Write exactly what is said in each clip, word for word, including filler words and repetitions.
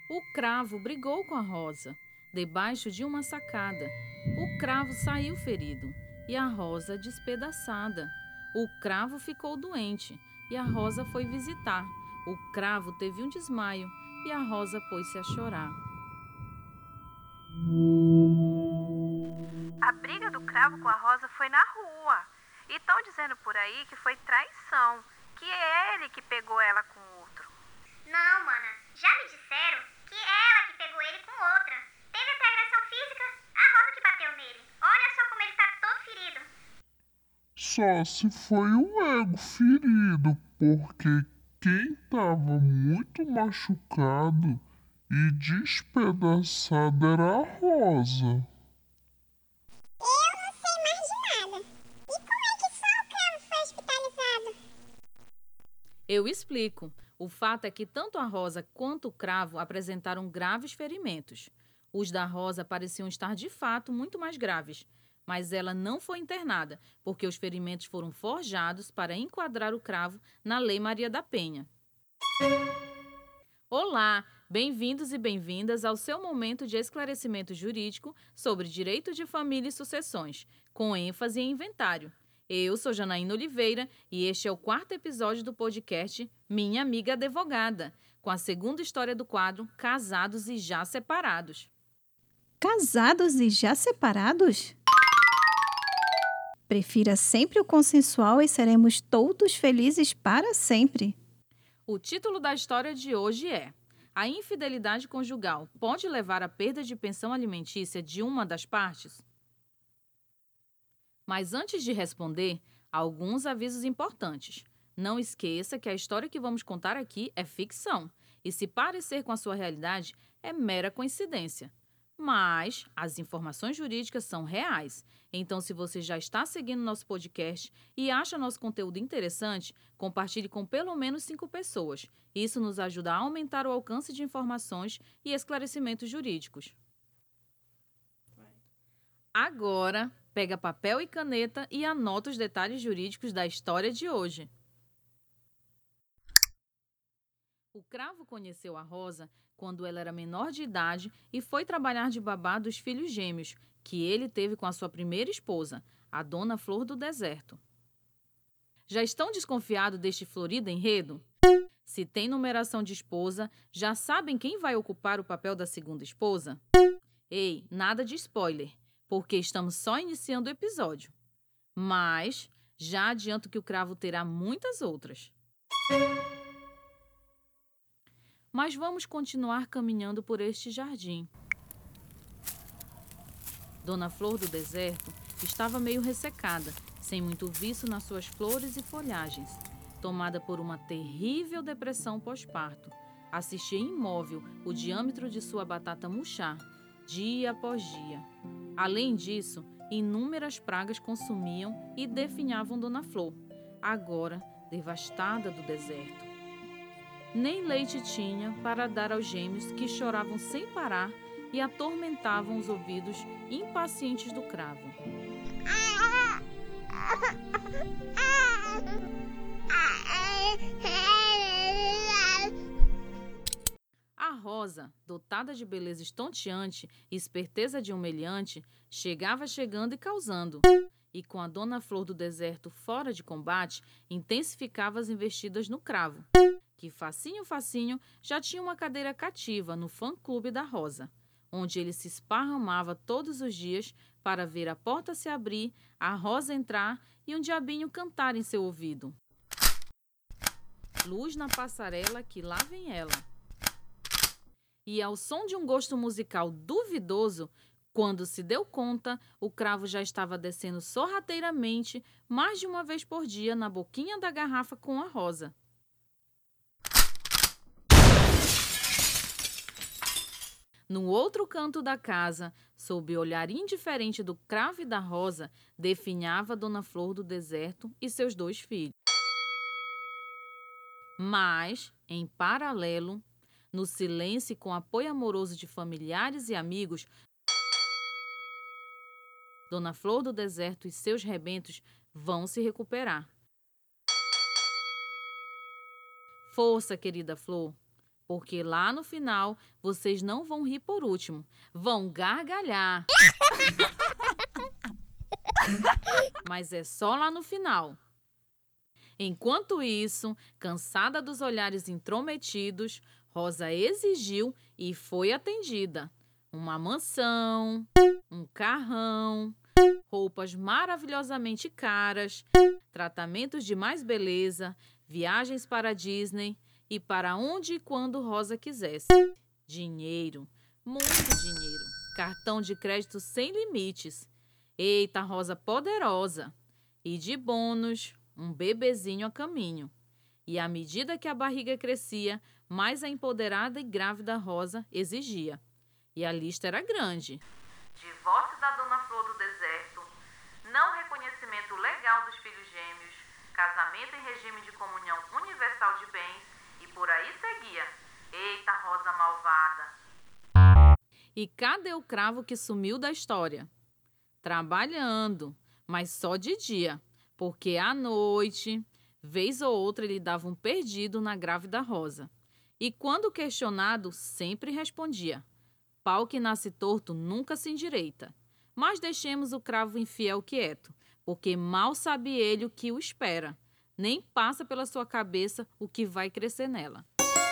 O cravo brigou com a rosa, debaixo de uma sacada. O cravo saiu ferido e a rosa despedaçada. O cravo ficou doente e a rosa foi visitar. O cravo teve um desmaio e a rosa pôs-se a chorar. A briga do cravo com a rosa foi na rua. E estão dizendo por aí que foi traição, que é ele que pegou ela com outro. Não, mana, já me disseram que é ela que pegou ele com outra. Teve até agressão física, a rosa que bateu nele. Olha só como ele tá todo ferido. Só se foi o ego ferido, porque quem estava muito machucado e despedaçado era a Rosa. Eu não sei mais de nada. E como é que só o cravo foi hospitalizado? Eu explico. O fato é que tanto a rosa quanto o cravo apresentaram graves ferimentos. Os da rosa pareciam estar de fato muito mais graves, mas ela não foi internada, porque os ferimentos foram forjados para enquadrar o cravo na Lei Maria da Penha. Olá, bem-vindos e bem-vindas ao seu momento de esclarecimento jurídico sobre direito de família e sucessões, com ênfase em inventário. Eu sou Janaína Oliveira e este é o quarto episódio do podcast Minha Amiga Advogada, com a segunda história do quadro Casados e Já Separados. Casados e já separados? Prefira sempre o consensual e seremos todos felizes para sempre. O título da história de hoje é: a infidelidade conjugal pode levar à perda de pensão alimentícia de uma das partes? Mas antes de responder, alguns avisos importantes. Não esqueça que a história que vamos contar aqui é ficção e, se parecer com a sua realidade, é mera coincidência. Mas as informações jurídicas são reais. Então, se você já está seguindo nosso podcast e acha nosso conteúdo interessante, compartilhe com pelo menos cinco pessoas. Isso nos ajuda a aumentar o alcance de informações e esclarecimentos jurídicos. Agora, pega papel e caneta e anota os detalhes jurídicos da história de hoje. O cravo conheceu a Rosa quando ela era menor de idade e foi trabalhar de babá dos filhos gêmeos, que ele teve com a sua primeira esposa, a Dona Flor do Deserto. Já estão desconfiados deste florido enredo? Se tem numeração de esposa, já sabem quem vai ocupar o papel da segunda esposa? Ei, nada de spoiler, porque estamos só iniciando o episódio. Mas já adianto que o cravo terá muitas outras. Mas vamos continuar caminhando por este jardim. Dona Flor do Deserto estava meio ressecada, sem muito viço nas suas flores e folhagens, tomada por uma terrível depressão pós-parto. Assistia imóvel o diâmetro de sua batata murchar, dia após dia. Além disso, inúmeras pragas consumiam e definhavam Dona Flor, agora devastada do deserto. Nem leite tinha para dar aos gêmeos que choravam sem parar e atormentavam os ouvidos impacientes do cravo. A Rosa, dotada de beleza estonteante e esperteza de humilhante, chegava chegando e causando. E com a Dona Flor do Deserto fora de combate, intensificava as investidas no cravo, que facinho facinho já tinha uma cadeira cativa no fã-clube da Rosa, onde ele se esparramava todos os dias para ver a porta se abrir, a Rosa entrar e um diabinho cantar em seu ouvido. Luz na passarela que lá vem ela. E ao som de um gosto musical duvidoso, quando se deu conta, o cravo já estava descendo sorrateiramente mais de uma vez por dia na boquinha da garrafa com a Rosa. No outro canto da casa, sob o olhar indiferente do cravo e da Rosa, definhava Dona Flor do Deserto e seus dois filhos. Mas, em paralelo, no silêncio e com apoio amoroso de familiares e amigos, Dona Flor do Deserto e seus rebentos vão se recuperar. Força, querida Flor! porque lá no final vocês não vão rir por último, vão gargalhar. Mas é só lá no final. Enquanto isso, cansada dos olhares intrometidos, Rosa exigiu e foi atendida. Uma mansão, um carrão, roupas maravilhosamente caras, tratamentos de mais beleza, viagens para a Disney e para onde e quando Rosa quisesse. Dinheiro, muito dinheiro, cartão de crédito sem limites. Eita, Rosa poderosa! E de bônus, um bebezinho a caminho. E à medida que a barriga crescia, mais a empoderada e grávida Rosa exigia. E a lista era grande. Divórcio da Dona Flor do Deserto, não reconhecimento legal dos filhos gêmeos, casamento em regime de comunhão universal de bens e por aí seguia. Eita, Rosa malvada! E cadê o cravo que sumiu da história? Trabalhando, mas só de dia, porque à noite, vez ou outra, ele dava um perdido na grávida Rosa. E quando questionado, sempre respondia: pau que nasce torto nunca se endireita. Mas deixemos o cravo infiel quieto, porque mal sabe ele o que o espera. Nem passa pela sua cabeça o que vai crescer nela.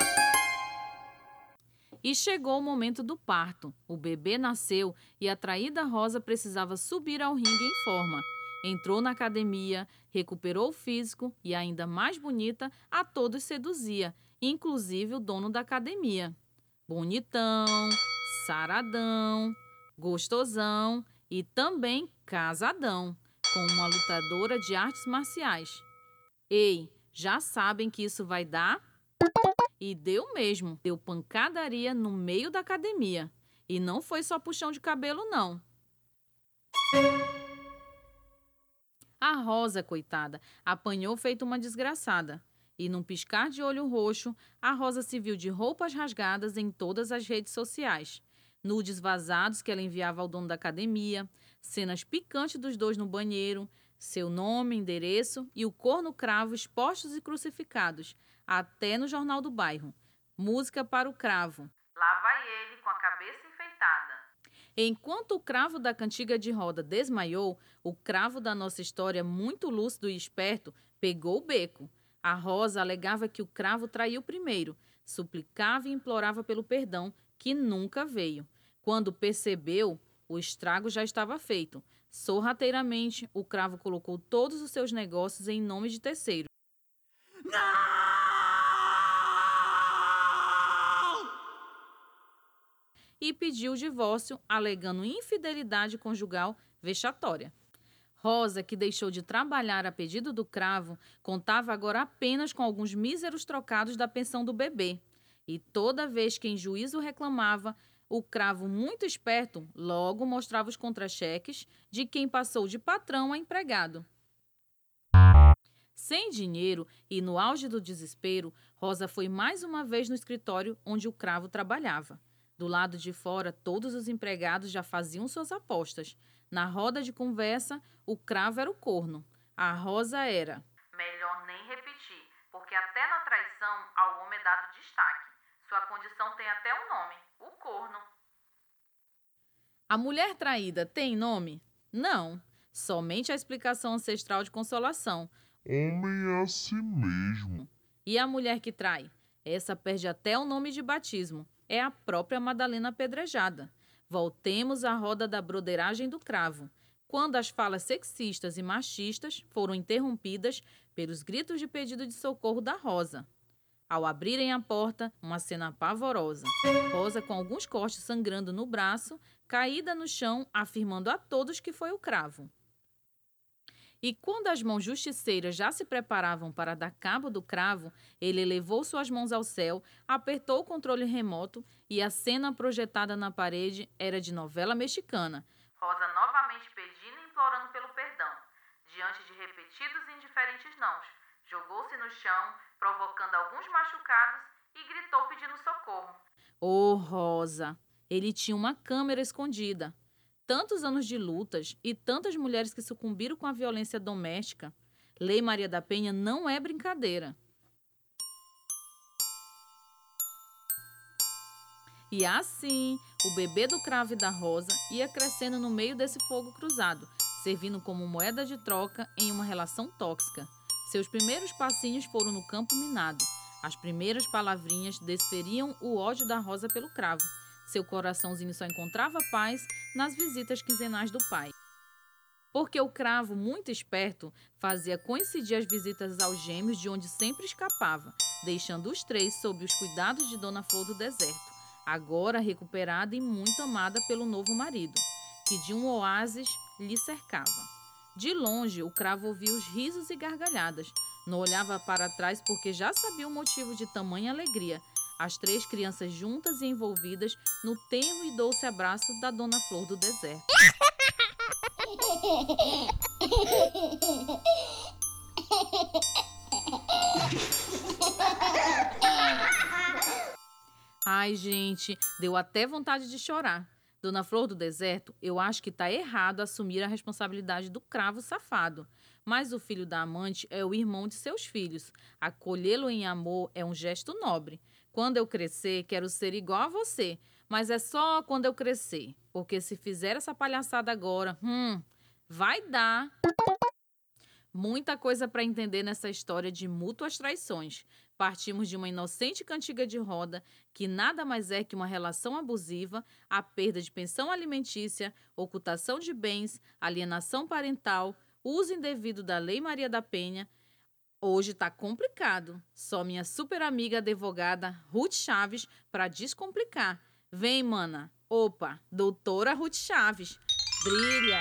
E chegou o momento do parto. O bebê nasceu e a traída Rosa precisava subir ao ringue em forma. Entrou na academia, recuperou o físico e, ainda mais bonita, a todos seduzia, inclusive o dono da academia. Bonitão, saradão, gostosão e também casadão, com uma lutadora de artes marciais. Ei, já sabem que isso vai dar? E deu mesmo, deu pancadaria no meio da academia. E não foi só puxão de cabelo, não. A Rosa, coitada, apanhou feito uma desgraçada. E num piscar de olho roxo, a Rosa se viu de roupas rasgadas em todas as redes sociais. Nudes vazados que ela enviava ao dono da academia, cenas picantes dos dois no banheiro, seu nome, endereço e o corno cravo expostos e crucificados, até no jornal do bairro. Música para o cravo. Lá vai ele com a cabeça enfeitada. Enquanto o cravo da cantiga de roda desmaiou, o cravo da nossa história, muito lúcido e esperto, pegou o beco. A Rosa alegava que o cravo traiu primeiro, suplicava e implorava pelo perdão, que nunca veio. Quando percebeu, o estrago já estava feito. Sorrateiramente, o cravo colocou todos os seus negócios em nome de terceiro. Não! E pediu o divórcio, alegando infidelidade conjugal vexatória. Rosa, que deixou de trabalhar a pedido do cravo, contava agora apenas com alguns míseros trocados da pensão do bebê. E toda vez que em juízo reclamava, o cravo, muito esperto, logo mostrava os contra-cheques de quem passou de patrão a empregado. Sem dinheiro e no auge do desespero, Rosa foi mais uma vez no escritório onde o cravo trabalhava. Do lado de fora, todos os empregados já faziam suas apostas. Na roda de conversa, o cravo era o corno. A Rosa era... Melhor nem repetir, porque até na traição ao homem é dado destaque. Sua condição tem até um nome, o corno. A mulher traída tem nome? Não, somente a explicação ancestral de consolação. Homem é assim mesmo. E a mulher que trai? Essa perde até o nome de batismo. É a própria Madalena Apedrejada. Voltemos à roda da broderagem do cravo, quando as falas sexistas e machistas foram interrompidas pelos gritos de pedido de socorro da Rosa. Ao abrirem a porta, uma cena pavorosa. Rosa, com alguns cortes sangrando no braço, caída no chão, afirmando a todos que foi o cravo. E quando as mãos justiceiras já se preparavam para dar cabo do cravo, ele elevou suas mãos ao céu, apertou o controle remoto e a cena projetada na parede era de novela mexicana. Rosa novamente pedindo e implorando pelo perdão. Diante de repetidos e indiferentes nãos, jogou-se no chão, provocando alguns machucados e gritou pedindo socorro. Ô, Rosa! Ele tinha uma câmera escondida. Tantos anos de lutas e tantas mulheres que sucumbiram com a violência doméstica. Lei Maria da Penha não é brincadeira. E assim, o bebê do cravo e da rosa ia crescendo no meio desse fogo cruzado, servindo como moeda de troca em uma relação tóxica. Seus primeiros passinhos foram no campo minado. As primeiras palavrinhas desferiam o ódio da rosa pelo cravo. Seu coraçãozinho só encontrava paz nas visitas quinzenais do pai. Porque o cravo, muito esperto, fazia coincidir as visitas aos gêmeos de onde sempre escapava, deixando os três sob os cuidados de Dona Flor do Deserto, agora recuperada e muito amada pelo novo marido, que de um oásis lhe cercava. De longe, o cravo ouvia os risos e gargalhadas. Não olhava para trás porque já sabia o motivo de tamanha alegria. As três crianças juntas e envolvidas no tenro e doce abraço da Dona Flor do Deserto. Ai, gente, deu até vontade de chorar. Dona Flor do Deserto, eu acho que tá errado assumir a responsabilidade do cravo safado. Mas o filho da amante é o irmão de seus filhos. Acolhê-lo em amor é um gesto nobre. Quando eu crescer, quero ser igual a você. Mas é só quando eu crescer. Porque se fizer essa palhaçada agora, hum, vai dar muita coisa para entender nessa história de mútuas traições. Partimos de uma inocente cantiga de roda, que nada mais é que uma relação abusiva, a perda de pensão alimentícia, ocultação de bens, alienação parental, uso indevido da Lei Maria da Penha. Hoje tá complicado. Só minha super amiga advogada Ruth Chaves para descomplicar. Vem, mana. Opa, doutora Ruth Chaves. Brilha!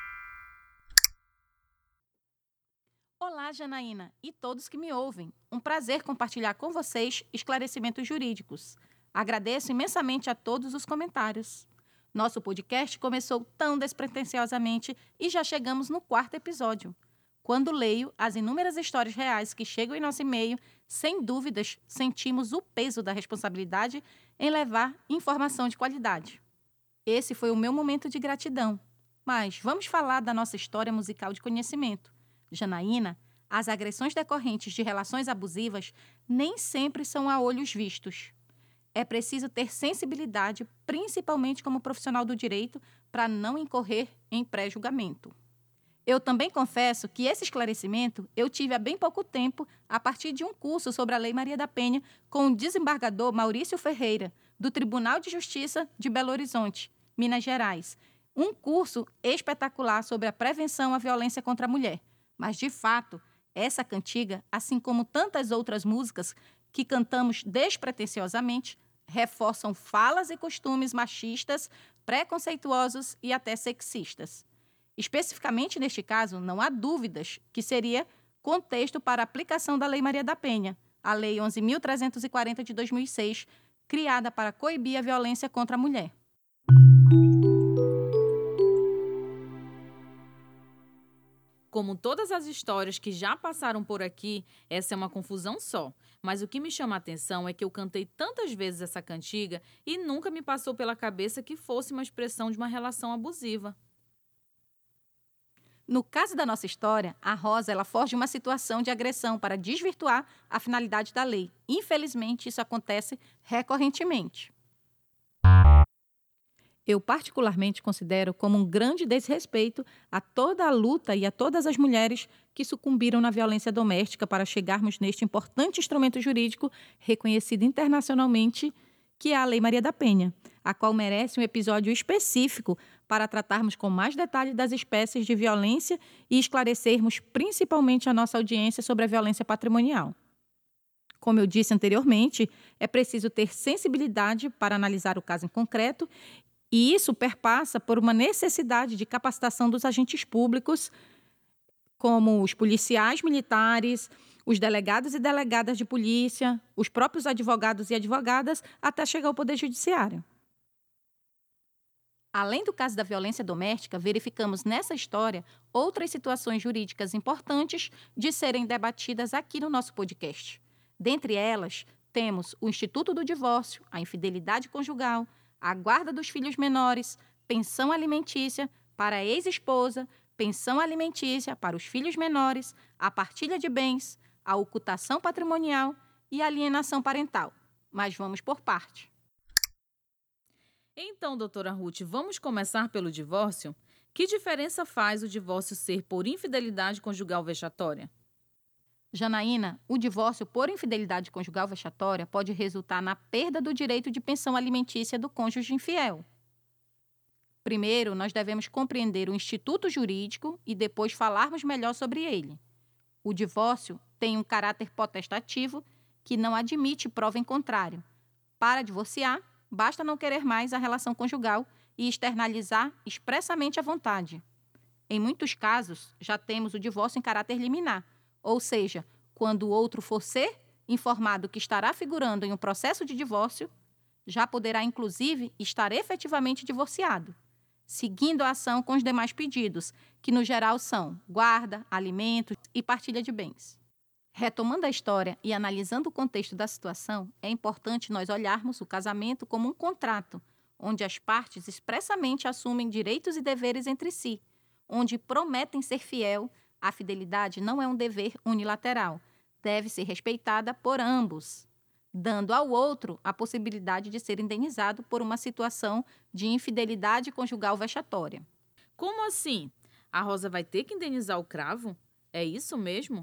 Olá, Janaína e todos que me ouvem. Um prazer compartilhar com vocês esclarecimentos jurídicos. Agradeço imensamente a todos os comentários. Nosso podcast começou tão despretensiosamente e já chegamos no quarto episódio. Quando leio as inúmeras histórias reais que chegam em nosso e-mail, sem dúvidas, sentimos o peso da responsabilidade em levar informação de qualidade. Esse foi o meu momento de gratidão. Mas vamos falar da nossa história musical de conhecimento. Janaína, as agressões decorrentes de relações abusivas nem sempre são a olhos vistos. É preciso ter sensibilidade, principalmente como profissional do direito, para não incorrer em pré-julgamento. Eu também confesso que esse esclarecimento eu tive há bem pouco tempo a partir de um curso sobre a Lei Maria da Penha com o desembargador Maurício Ferreira, do Tribunal de Justiça de Belo Horizonte, Minas Gerais. Um curso espetacular sobre a prevenção à violência contra a mulher. Mas, de fato, essa cantiga, assim como tantas outras músicas que cantamos despretensiosamente, reforçam falas e costumes machistas, preconceituosos e até sexistas. Especificamente neste caso, não há dúvidas que seria contexto para a aplicação da Lei Maria da Penha, a Lei onze mil trezentos e quarenta de dois mil e seis, criada para coibir a violência contra a mulher. Como todas as histórias que já passaram por aqui, essa é uma confusão só. Mas o que me chama a atenção é que eu cantei tantas vezes essa cantiga e nunca me passou pela cabeça que fosse uma expressão de uma relação abusiva. No caso da nossa história, a Rosa ela foge de uma situação de agressão para desvirtuar a finalidade da lei. Infelizmente, isso acontece recorrentemente. Eu particularmente considero como um grande desrespeito a toda a luta e a todas as mulheres que sucumbiram na violência doméstica para chegarmos neste importante instrumento jurídico reconhecido internacionalmente, que é a Lei Maria da Penha, a qual merece um episódio específico para tratarmos com mais detalhe das espécies de violência e esclarecermos principalmente a nossa audiência sobre a violência patrimonial. Como eu disse anteriormente, é preciso ter sensibilidade para analisar o caso em concreto. E isso perpassa por uma necessidade de capacitação dos agentes públicos, como os policiais militares, os delegados e delegadas de polícia, os próprios advogados e advogadas, até chegar ao Poder Judiciário. Além do caso da violência doméstica, verificamos nessa história outras situações jurídicas importantes de serem debatidas aqui no nosso podcast. Dentre elas, temos o Instituto do Divórcio, a infidelidade conjugal, a guarda dos filhos menores, pensão alimentícia para a ex-esposa, pensão alimentícia para os filhos menores, a partilha de bens, a ocultação patrimonial e a alienação parental. Mas vamos por parte. Então, doutora Ruth, vamos começar pelo divórcio? Que diferença faz o divórcio ser por infidelidade conjugal vexatória? Janaína, o divórcio por infidelidade conjugal vexatória pode resultar na perda do direito de pensão alimentícia do cônjuge infiel. Primeiro, nós devemos compreender o instituto jurídico e depois falarmos melhor sobre ele. O divórcio tem um caráter potestativo que não admite prova em contrário. Para divorciar, basta não querer mais a relação conjugal e externalizar expressamente a vontade. Em muitos casos, já temos o divórcio em caráter liminar, ou seja, quando o outro for ser informado que estará figurando em um processo de divórcio, já poderá, inclusive, estar efetivamente divorciado, seguindo a ação com os demais pedidos, que no geral são guarda, alimentos e partilha de bens. Retomando a história e analisando o contexto da situação, é importante nós olharmos o casamento como um contrato, onde as partes expressamente assumem direitos e deveres entre si, onde prometem ser fiel. A fidelidade não é um dever unilateral, deve ser respeitada por ambos, dando ao outro a possibilidade de ser indenizado por uma situação de infidelidade conjugal vexatória. Como assim? A Rosa vai ter que indenizar o cravo? É isso mesmo?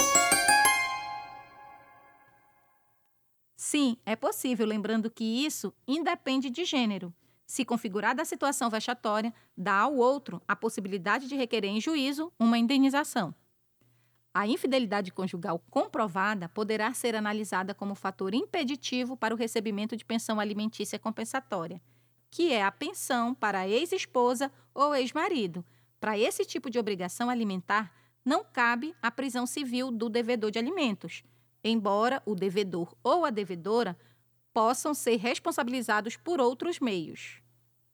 Sim, é possível, lembrando que isso independe de gênero. Se configurada a situação vexatória, dá ao outro a possibilidade de requerer em juízo uma indenização. A infidelidade conjugal comprovada poderá ser analisada como fator impeditivo para o recebimento de pensão alimentícia compensatória, que é a pensão para a ex-esposa ou ex-marido. Para esse tipo de obrigação alimentar, não cabe a prisão civil do devedor de alimentos, embora o devedor ou a devedora possam ser responsabilizados por outros meios.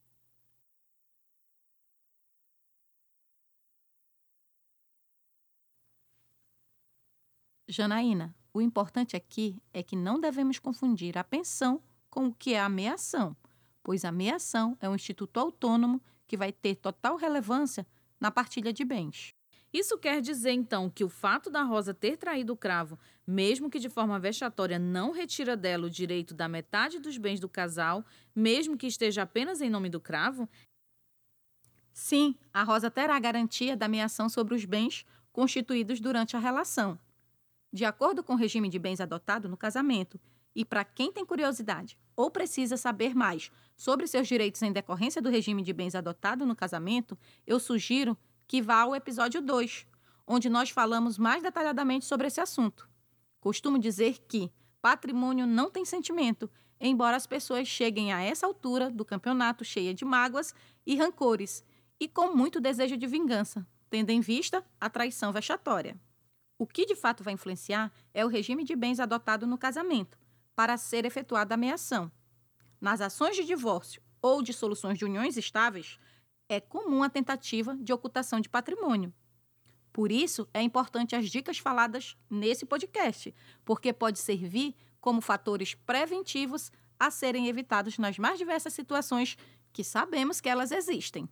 Janaína, o importante aqui é que não devemos confundir a pensão com o que é a meação, pois a meação é um instituto autônomo que vai ter total relevância na partilha de bens. Isso quer dizer, então, que o fato da Rosa ter traído o cravo, mesmo que de forma vexatória, não retira dela o direito da metade dos bens do casal, mesmo que esteja apenas em nome do cravo? Sim, a Rosa terá a garantia da meação sobre os bens constituídos durante a relação, de acordo com o regime de bens adotado no casamento. E para quem tem curiosidade ou precisa saber mais sobre seus direitos em decorrência do regime de bens adotado no casamento, eu sugiro que vá ao episódio dois, onde nós falamos mais detalhadamente sobre esse assunto. Costumo dizer que patrimônio não tem sentimento, embora as pessoas cheguem a essa altura do campeonato cheia de mágoas e rancores e com muito desejo de vingança, tendo em vista a traição vexatória. O que de fato vai influenciar é o regime de bens adotado no casamento, para ser efetuada a meação. Nas ações de divórcio ou de soluções de uniões estáveis, é comum a tentativa de ocultação de patrimônio. Por isso, é importante as dicas faladas nesse podcast, porque pode servir como fatores preventivos a serem evitados nas mais diversas situações que sabemos que elas existem.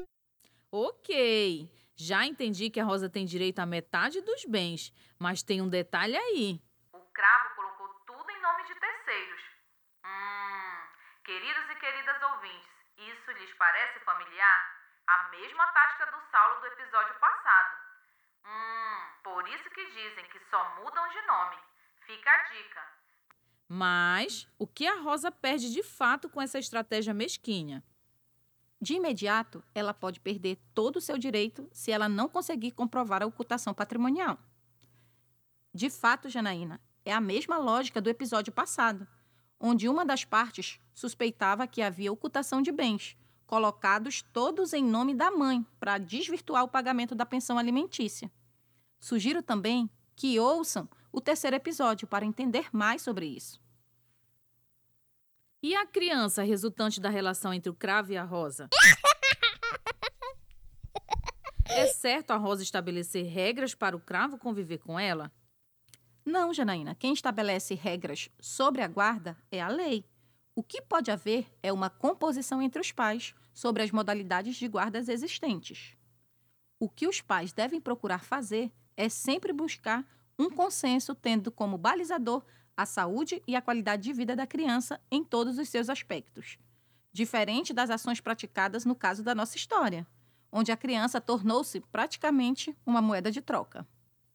Ok, já entendi que a Rosa tem direito à metade dos bens, mas tem um detalhe aí. O cravo colocou tudo em nome de terceiros. Hum, queridos e queridas ouvintes, isso lhes parece familiar? A mesma tática do Saulo do episódio passado. Hum, por isso que dizem que só mudam de nome. Fica a dica. Mas o que a Rosa perde de fato com essa estratégia mesquinha? De imediato, ela pode perder todo o seu direito se ela não conseguir comprovar a ocultação patrimonial. De fato, Janaína, é a mesma lógica do episódio passado, onde uma das partes suspeitava que havia ocultação de bens, colocados todos em nome da mãe, para desvirtuar o pagamento da pensão alimentícia. Sugiro também que ouçam o terceiro episódio para entender mais sobre isso. E a criança resultante da relação entre o cravo e a Rosa? É certo a Rosa estabelecer regras para o cravo conviver com ela? Não, Janaína. Quem estabelece regras sobre a guarda é a lei. O que pode haver é uma composição entre os pais sobre as modalidades de guardas existentes. O que os pais devem procurar fazer é sempre buscar um consenso, tendo como balizador a saúde e a qualidade de vida da criança em todos os seus aspectos. diferente das ações praticadas no caso da nossa história, onde a criança tornou-se praticamente uma moeda de troca.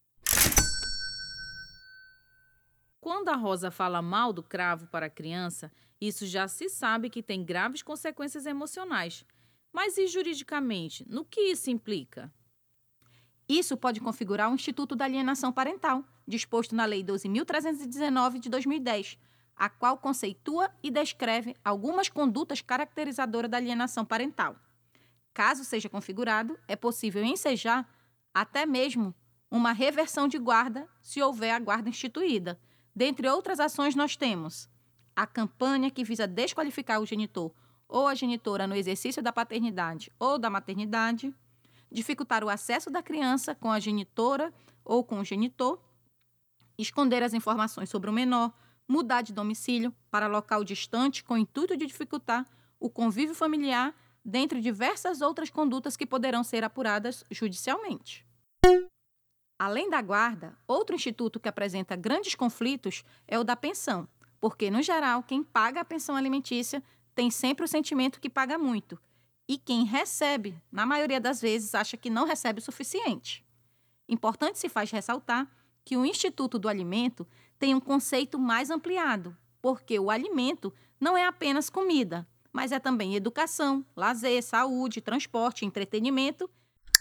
Quando a Rosa fala mal do cravo para a criança, isso já se sabe que tem graves consequências emocionais. Mas e juridicamente, no que isso implica? Isso pode configurar o Instituto da Alienação Parental, disposto na Lei doze mil trezentos e dezenove de dois mil e dez, a qual conceitua e descreve algumas condutas caracterizadoras da alienação parental. Caso seja configurado, é possível ensejar até mesmo uma reversão de guarda, se houver a guarda instituída. Dentre outras ações, nós temos a campanha que visa desqualificar o genitor ou a genitora no exercício da paternidade ou da maternidade, dificultar o acesso da criança com a genitora ou com o genitor, esconder as informações sobre o menor, mudar de domicílio para local distante com o intuito de dificultar o convívio familiar, dentre diversas outras condutas que poderão ser apuradas judicialmente. Além da guarda, outro instituto que apresenta grandes conflitos é o da pensão, porque, no geral, quem paga a pensão alimentícia tem sempre o sentimento que paga muito, e quem recebe, na maioria das vezes, acha que não recebe o suficiente. Importante se faz ressaltar que o Instituto do Alimento tem um conceito mais ampliado, porque o alimento não é apenas comida, mas é também educação, lazer, saúde, transporte, entretenimento.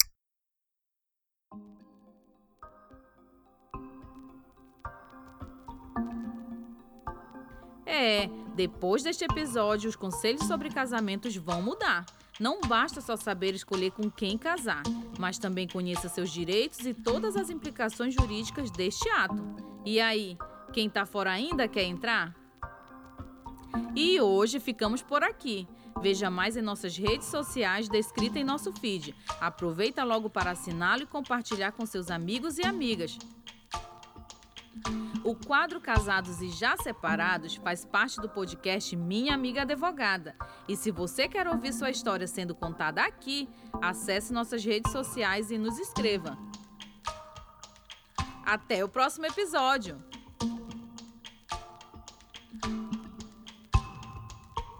É, depois deste episódio, os conselhos sobre casamentos vão mudar. Não basta só saber escolher com quem casar, mas também conheça seus direitos e todas as implicações jurídicas deste ato. E aí, quem tá fora ainda quer entrar? E hoje ficamos por aqui. Veja mais em nossas redes sociais descrita em nosso feed. Aproveita logo para assiná-lo e compartilhar com seus amigos e amigas. O quadro Casados e Já Separados faz parte do podcast Minha Amiga Advogada. E se você quer ouvir sua história sendo contada aqui, acesse nossas redes sociais e nos escreva. Até o próximo episódio!